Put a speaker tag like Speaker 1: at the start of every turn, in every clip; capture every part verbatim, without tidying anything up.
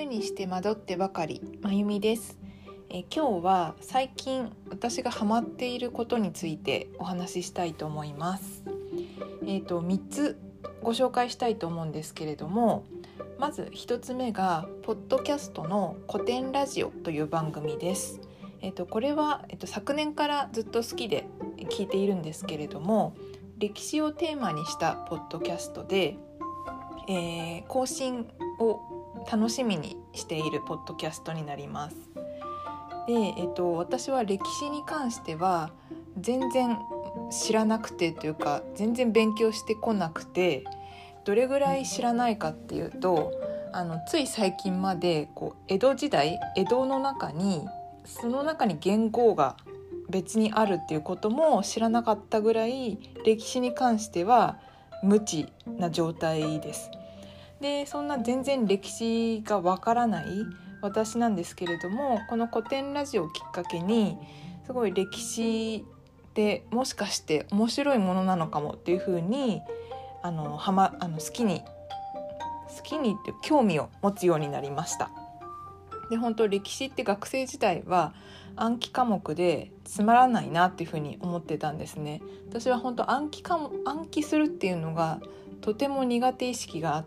Speaker 1: にして惑ってばかり、まゆみです。え今日は最近私がハマっていることについてお話ししたいと思います。えーと、みっつご紹介したいと思うんですけれども、まずひとつめがポッドキャストの古典ラジオという番組です。えーと、これは、えーと、昨年からずっと好きで聞いているんですけれども、歴史をテーマにしたポッドキャストで、えー、更新を楽しみにしているポッドキャストになります。で、えっと、私は歴史に関しては全然知らなくてというか全然勉強してこなくて、どれぐらい知らないかっていうと、あのつい最近までこう江戸時代江戸の中にその中に元号が別にあるっていうことも知らなかったぐらい歴史に関しては無知な状態です。でそんな全然歴史がわからない私なんですけれども、この古典ラジオをきっかけにすごい歴史ってもしかして面白いものなのかもっていうふうにあのは、ま、あの好きに好きにって興味を持つようになりました。で本当歴史って学生時代は暗記科目でつまらないなっていうふうに思ってたんですね。私は本当暗記科目暗記するっていうのがとても苦手意識があって、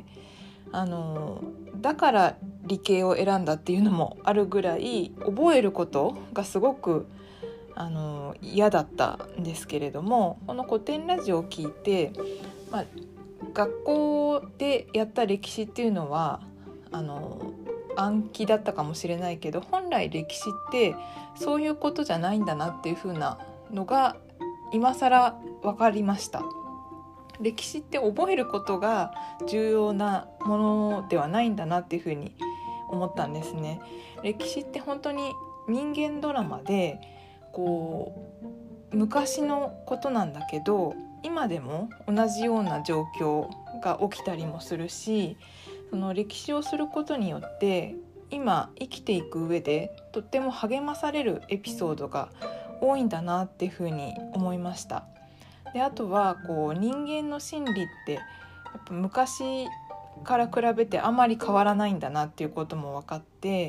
Speaker 1: あのだから理系を選んだっていうのもあるぐらい覚えることがすごくあの嫌だったんですけれども、この古典ラジオを聞いて、まあ、学校でやった歴史っていうのはあの暗記だったかもしれないけど、本来歴史ってそういうことじゃないんだなっていう風なのが今更分かりました。歴史って覚えることが重要なものではないんだなっていう風に思ったんですね。歴史って本当に人間ドラマでこう昔のことなんだけど、今でも同じような状況が起きたりもするし、その歴史をすることによって今生きていく上でとっても励まされるエピソードが多いんだなっていうふうに思いました。であとはこう人間の心理ってやっぱ昔から比べてあまり変わらないんだなっていうことも分かって、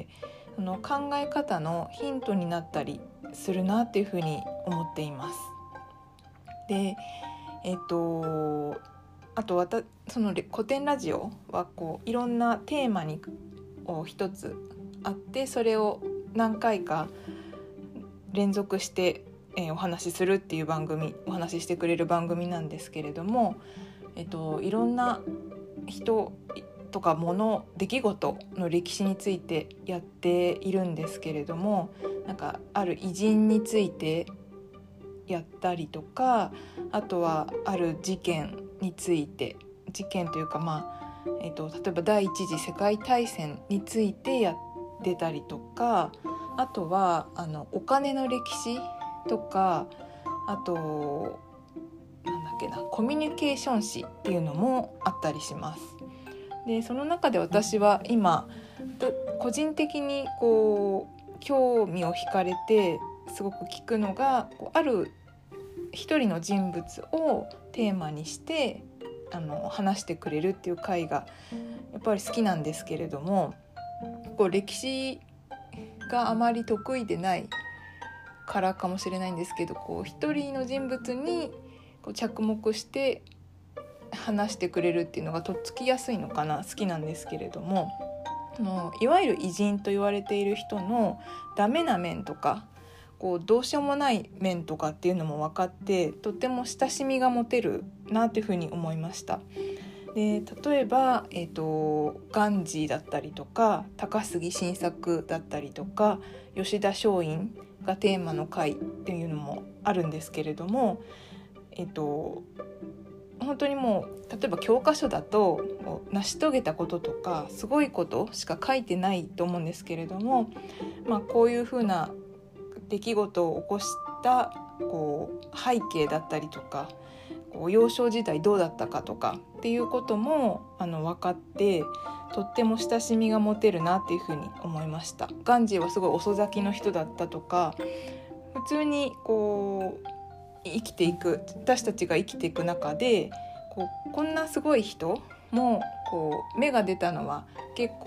Speaker 1: その考え方のヒントになったりするなっていうふうに思っています。でえっとあとわたその古典ラジオはこういろんなテーマにを一つあって、それを何回か連続して、えー、お話しするっていう番組お話ししてくれる番組なんですけれども、えっと、いろんな人とか物出来事の歴史についてやっているんですけれども、なんかある偉人についてやったりとか、あとはある事件について事件というか、まあえー、と例えば第一次世界大戦についてやってたりとか、あとはあのお金の歴史とか、あとなんだっけなコミュニケーション史っていうのもあったりします。でその中で私は今個人的にこう興味を惹かれてすごく聞くのが、ある一人の人物をテーマにしてあの話してくれるっていう回がやっぱり好きなんですけれども、こう歴史があまり得意でないからかもしれないんですけど、こう一人の人物にこう着目して話してくれるっていうのがとっつきやすいのかな、好きなんですけれども、のいわゆる偉人と言われている人のダメな面とかこうどうしようもない面とかっていうのも分かって、とっても親しみが持てるなっていうふうに思いました。で例えば、えーと、ガンジーだったりとか高杉晋作だったりとか吉田松陰がテーマの回っていうのもあるんですけれども、えーと本当にもう例えば教科書だと成し遂げたこととかすごいことしか書いてないと思うんですけれども、まあ、こういうふうな出来事を起こしたこう背景だったりとか、こう幼少時代どうだったかとかっていうこともあの分かって、とっても親しみが持てるなっていうふうに思いました。ガンジーはすごい遅咲きの人だったとか、普通にこう生きていく私たちが生きていく中でこうこんなすごい人もこう芽が出たのは結構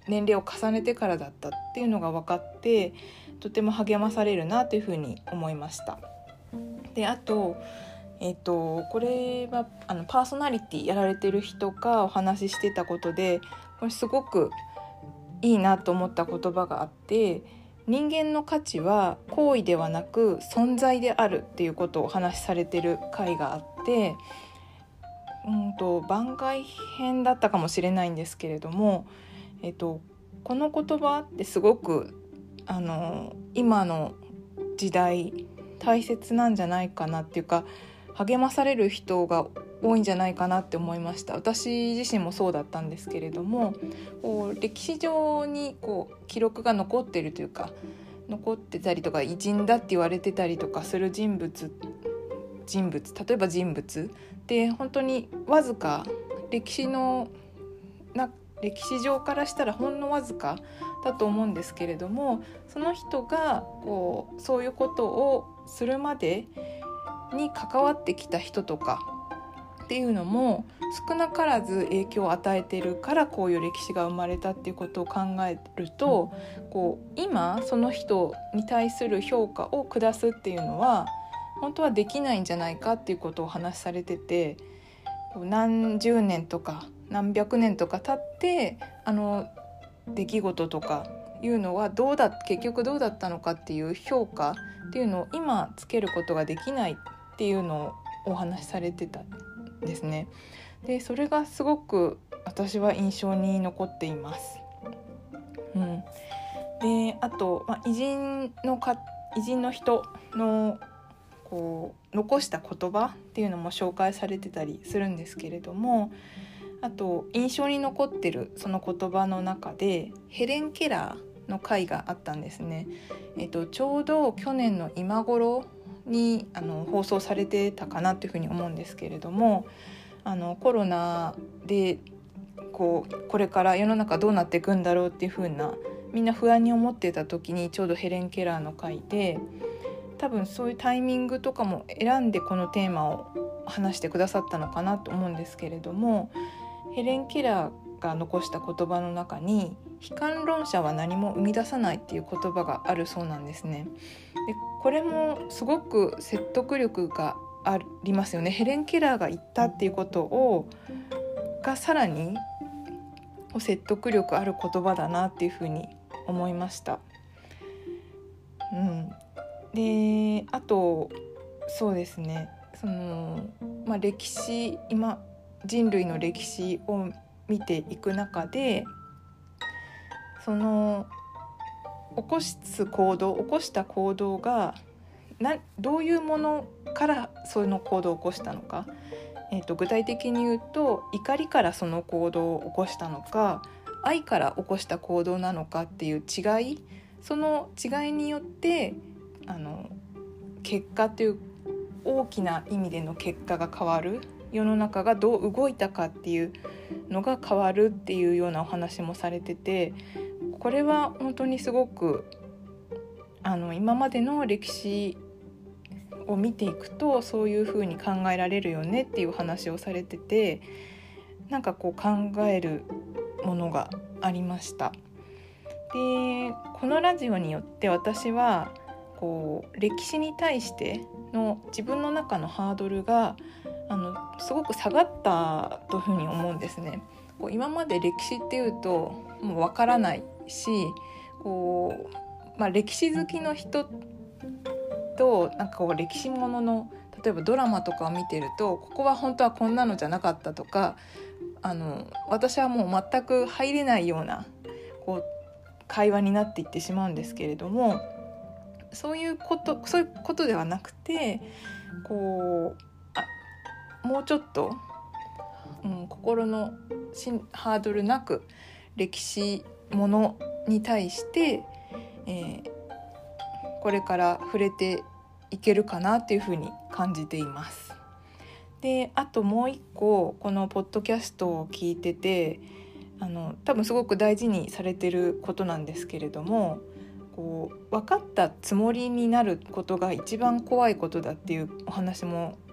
Speaker 1: 年齢を重ねてからだったっていうのが分かって、とても励まされるなというふうに思いました。であと、えーと、これはあのパーソナリティやられてる人がお話ししてたことで、これすごくいいなと思った言葉があって、人間の価値は行為ではなく存在であるっていうことをお話しされてる回があって、うんと番外編だったかもしれないんですけれども、えっと、この言葉ってすごくあの今の時代大切なんじゃないかなっていうか、励まされる人が多いんじゃないかなって思いました。私自身もそうだったんですけれども、こう歴史上にこう記録が残っているというか、残ってたりとか偉人だって言われてたりとかする人物人物例えば人物で、本当にわずか歴史のな歴史上からしたらほんのわずかだと思うんですけれども、その人がこうそういうことをするまでに関わってきた人とかっていうのも少なからず影響を与えているから、こういう歴史が生まれたっていうことを考えると、こう今その人に対する評価を下すっていうのは本当はできないんじゃないかっていうことをお話しされてて、何十年とか何百年とか経ってあの出来事とかいうのはどうだ結局どうだったのかっていう評価っていうのを今つけることができないっていうのをお話しされてたんですね。でそれがすごく私は印象に残っています。うん、であと、まあ、偉人のか偉人の人のこう残した言葉っていうのも紹介されてたりするんですけれども、あと印象に残ってるその言葉の中でヘレン・ケラーの回があったんですね。えっと、ちょうど去年の今頃にあの放送されてたかなというふうに思うんですけれども、あのコロナでこうこれから世の中どうなっていくんだろうっていうふうなみんな不安に思ってた時にちょうどヘレン・ケラーの回で、多分そういうタイミングとかも選んでこのテーマを話してくださったのかなと思うんですけれども、ヘレン・ケラーが残した言葉の中に悲観論者は何も生み出さないっていう言葉があるそうなんですね。でこれもすごく説得力がありますよね。ヘレン・ケラーが言ったっていうことをがさらに説得力ある言葉だなっていうふうに思いました。うん、であとそうですね、その、まあ、歴史今人類の歴史を見ていく中で、その起こす行動起こした行動がなどういうものからその行動を起こしたのか、えーと、具体的に言うと怒りからその行動を起こしたのか、愛から起こした行動なのかっていう違い、その違いによってあの結果という大きな意味での結果が変わる、世の中がどう動いたかっていうのが変わるっていうようなお話もされてて、これは本当にすごくあの今までの歴史を見ていくとそういう風に考えられるよねっていう話をされてて、なんかこう考えるものがありました。でこのラジオによって私はこう歴史に対しての自分の中のハードルがあのすごく下がったというふうに思うんですね。こう今まで歴史っていうともうわからないし、こう、まあ、歴史好きの人となんかこう歴史ものの例えばドラマとかを見てると、ここは本当はこんなのじゃなかったとか、あの私はもう全く入れないようなこう会話になっていってしまうんですけれども、そういうことそういうことではなくて、こうあもうちょっと、うん、心のハードルなく歴史ものに対して、えー、これから触れていけるかなというふうに感じています。であともう一個、このポッドキャストを聞いててあの多分すごく大事にされてることなんですけれども、こう分かったつもりになることが一番怖いことだっていうお話も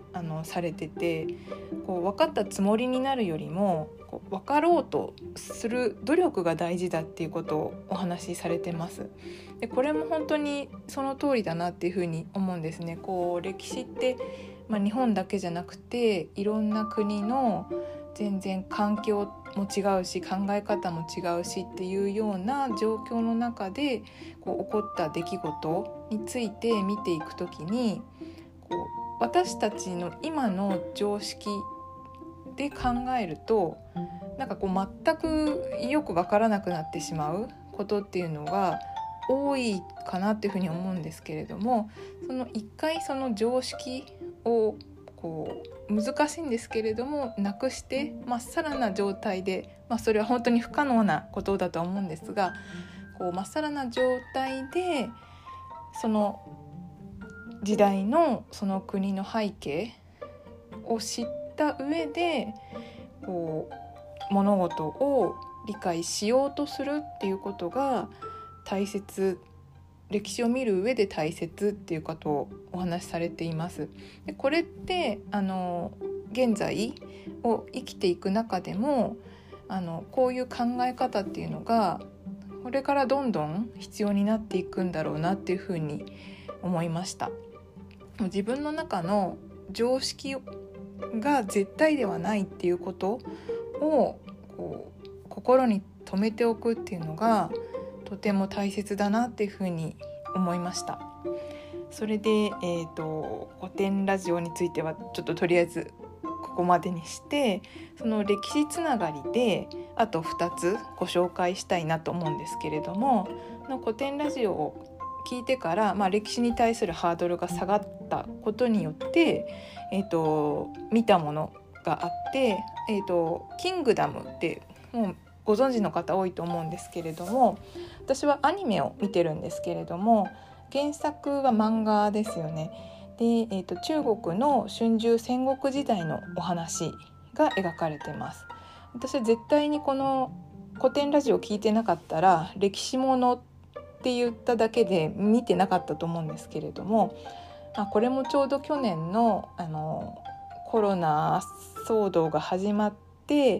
Speaker 1: あのされてて、こう分かったつもりになるよりもこう分かろうとする努力が大事だっていうことをお話しされてます。でこれも本当にその通りだなっていうふうに思うんですね。こう歴史って、まあ、日本だけじゃなくていろんな国の全然環境も違うし考え方も違うしっていうような状況の中でこう起こった出来事について見ていくときに、こう私たちの今の常識で考えるとなんかこう全くよく分からなくなってしまうことっていうのが多いかなっていうふうに思うんですけれども、その一回その常識をこう難しいんですけれどもなくしてまっさらな状態で、まあ、それは本当に不可能なことだと思うんですが、こうまっさらな状態でその時代のその国の背景を知った上でこう物事を理解しようとするっていうことが大切、歴史を見る上で大切っていうことをお話しされています。でこれってあの現在を生きていく中でもあのこういう考え方っていうのがこれからどんどん必要になっていくんだろうなっていうふうに思いました。自分の中の常識が絶対ではないっていうことをこう心に留めておくっていうのがとても大切だなっていうふうに思いました。それで、えーと、古典ラジオについてはちょっととりあえずここまでにして、その歴史つながりであとふたつご紹介したいなと思うんですけれども、の古典ラジオを聞いてから、まあ、歴史に対するハードルが下がったことによって、えーと、見たものがあって、えーと、キングダムってもうご存知の方多いと思うんですけれども、私はアニメを見てるんですけれども原作は漫画ですよね。で、えーと、中国の春秋戦国時代のお話が描かれてます。私は絶対にこの古典ラジオを聞いてなかったら歴史ものって言っただけで見てなかったと思うんですけれども、あこれもちょうど去年の、あのコロナ騒動が始まって、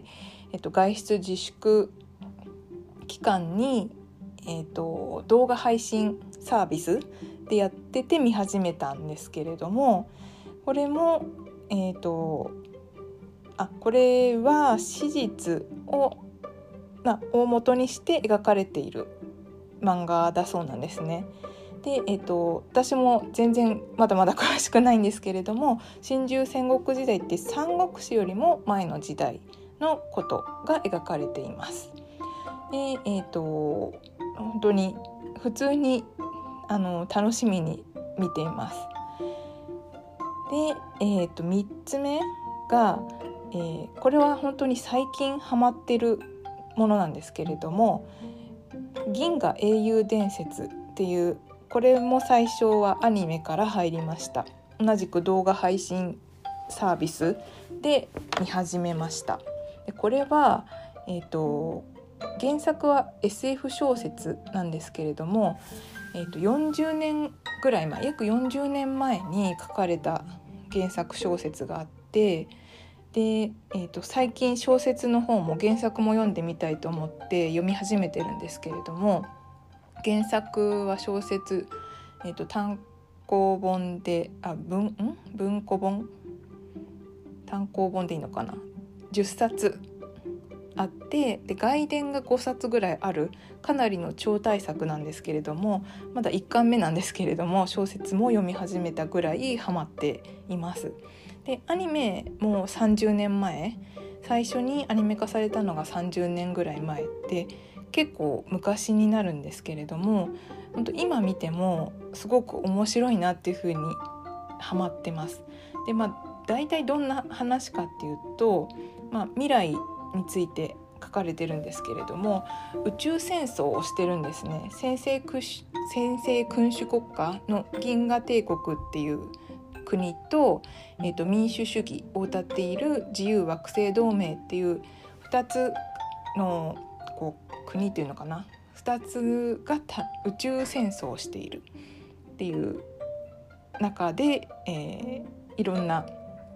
Speaker 1: えっと、外出自粛期間に、えっと、動画配信サービスでやってて見始めたんですけれども、これも、えっと、あこれは史実を、まあ、大元にして描かれている漫画だそうなんですね。で、えーと、私も全然まだまだ詳しくないんですけれども、春秋戦国時代って三国志よりも前の時代のことが描かれています。で、えーと、本当に普通にあの楽しみに見ています。で、えーと、みっつめが、えー、これは本当に最近ハマってるものなんですけれども、銀河英雄伝説っていう、これも最初はアニメから入りました。同じく動画配信サービスで見始めました。でこれは、えーと、原作は エスエフ 小説なんですけれども、えーと、よんじゅうねんぐらい前、約よんじゅうねんまえに書かれた原作小説があって、で、えーと、最近小説の方も原作も読んでみたいと思って読み始めてるんですけれども、原作は小説、えーと、単行本であ文ん文庫本単行本でいいのかな、じゅっさつあって、で外伝がごさつぐらいあるかなりの超大作なんですけれども、まだいっかんめなんですけれども小説も読み始めたぐらいハマっています。でアニメもさんじゅうねんまえ、最初にアニメ化されたのがさんじゅうねんぐらい前で結構昔になるんですけれども、本当今見てもすごく面白いなっていう風にハマってます。で、まあ大体どんな話かっていうと、まあ、未来について書かれてるんですけれども、宇宙戦争をしてるんですね。先制君主、先制君主国家の銀河帝国っていう国と、えーと、民主主義を謳っている自由惑星同盟っていうふたつのこう国っていうのかな、ふたつが宇宙戦争をしているっていう中で、えー、いろんな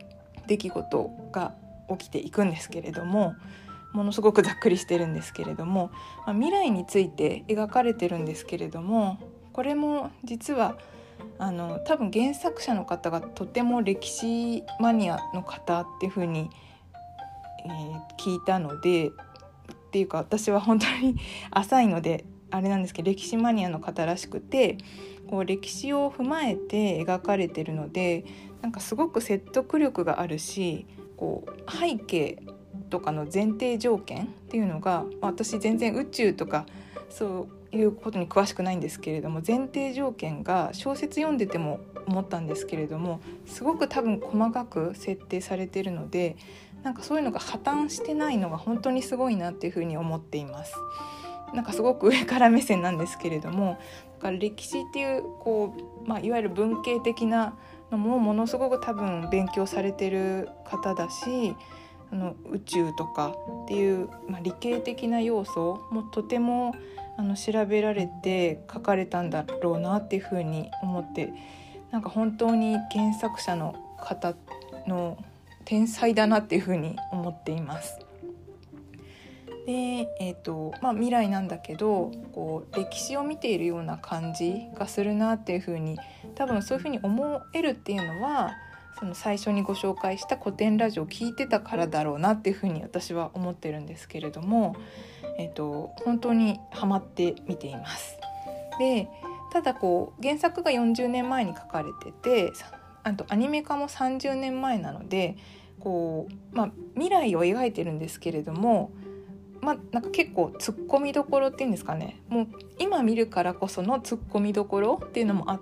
Speaker 1: 出来事が起きていくんですけれども、ものすごくざっくりしてるんですけれども、まあ、未来について描かれてるんですけれども、これも実はあの多分原作者の方がとても歴史マニアの方っていう風に、えー、聞いたので、っていうか私は本当に浅いのであれなんですけど、歴史マニアの方らしくて、こう歴史を踏まえて描かれてるので、なんかすごく説得力があるし、こう背景とかの前提条件っていうのが、私全然宇宙とかそういうことに詳しくないんですけれども、前提条件が小説読んでても思ったんですけれども、すごく多分細かく設定されているので、なんかそういうのが破綻してないのが本当にすごいなっていうふうに思っています。なんかすごく上から目線なんですけれども、だから歴史っていう、こう、まあ、いわゆる文系的なのもものすごく多分勉強されてる方だし、あの宇宙とかっていう、まあ、理系的な要素もとてもあの調べられて書かれたんだろうなっていうふうに思って、なんか本当に原作者の方の天才だなっていうふうに思っています。で、えーとまあ、未来なんだけど、こう歴史を見ているような感じがするなっていうふうに、多分そういうふうに思えるっていうのは、その最初にご紹介した古典ラジオを聞いてたからだろうなっていうふうに私は思ってるんですけれども、えーと、本当にハマって見ています。で、ただこう原作がよんじゅうねんまえに書かれてて、あとアニメ化もさんじゅうねんまえなので、こう、まあ、未来を描いてるんですけれども、まあ、なんか結構ツッコミどころっていうんですかね、もう今見るからこそのツッコミどころっていうのもあって、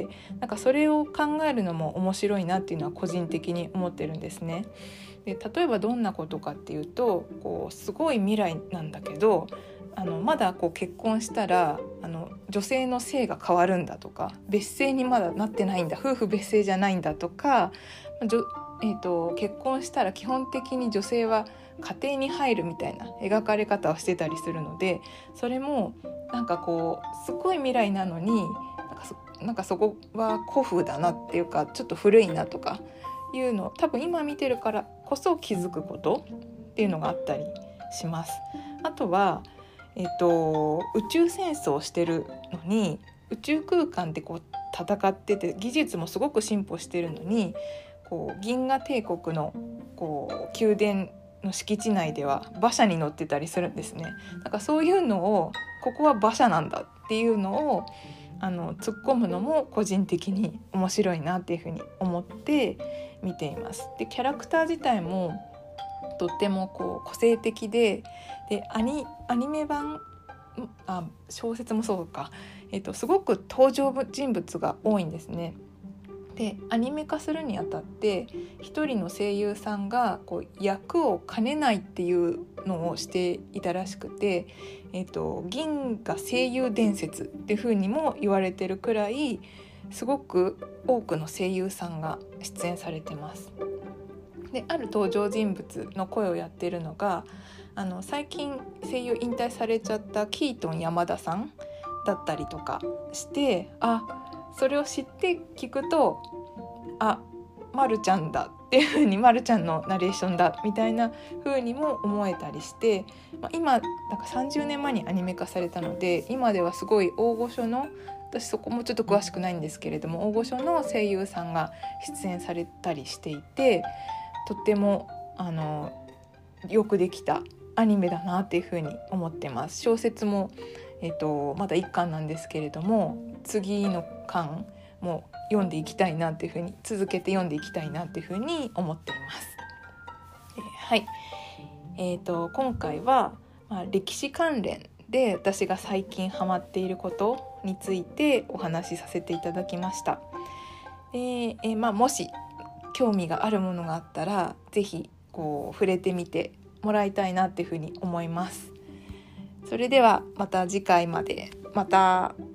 Speaker 1: なんかそれを考えるのも面白いなっていうのは個人的に思ってるんですね。で、例えばどんなことかっていうと、こうすごい未来なんだけど、あのまだこう結婚したらあの女性の性が変わるんだとか、別姓にまだなってないんだ、夫婦別姓じゃないんだとか、じょ、えーと、結婚したら基本的に女性は家庭に入るみたいな描かれ方をしてたりするので、それもなんかこうすごい未来なのに、なんか そ, なんかそこは古風だなっていうか、ちょっと古いなとかいうのを多分今見てるからこそ気づくことっていうのがあったりします。あとは、えーと、宇宙戦争をしてるのに、宇宙空間でこう戦ってて技術もすごく進歩してるのに、こう銀河帝国のこう宮殿の敷地内では馬車に乗ってたりするんですね。だからそういうのを、ここは馬車なんだっていうのをあの突っ込むのも個人的に面白いなっていうふうに思って見ています。で、キャラクター自体もとってもこう個性的で、で ア, ニアニメ版あ小説もそうか、えっと、すごく登場人物が多いんですね。で、アニメ化するにあたって一人の声優さんがこう役を兼ねないっていうのをしていたらしくて、えっと、銀河声優伝説っていう風にも言われてるくらい、すごく多くの声優さんが出演されてます。で、ある登場人物の声をやってるのが、あの最近声優引退されちゃったキートン山田さんだったりとかして、あ、それを知って聞くと、あ、まるちゃんだっていう風に、まるちゃんのナレーションだみたいな風にも思えたりして、まあ、今なんかさんじゅうねんまえにアニメ化されたので、今ではすごい大御所の、私そこもちょっと詳しくないんですけれども、大御所の声優さんが出演されたりしていて、とってもあのよくできたアニメだなっていう風に思ってます。小説も、えっと、まだいっかんなんですけれども、次の巻も読んでいきたいなっていう風に、続けて読んでいきたいなっていう風に思っています。えー、はい、えーと、今回は、まあ、歴史関連で私が最近ハマっていることについてお話しさせていただきました。で、えーまあ、もし興味があるものがあったら、ぜひこう触れてみてもらいたいなっていうふうに思います。それではまた次回まで。また。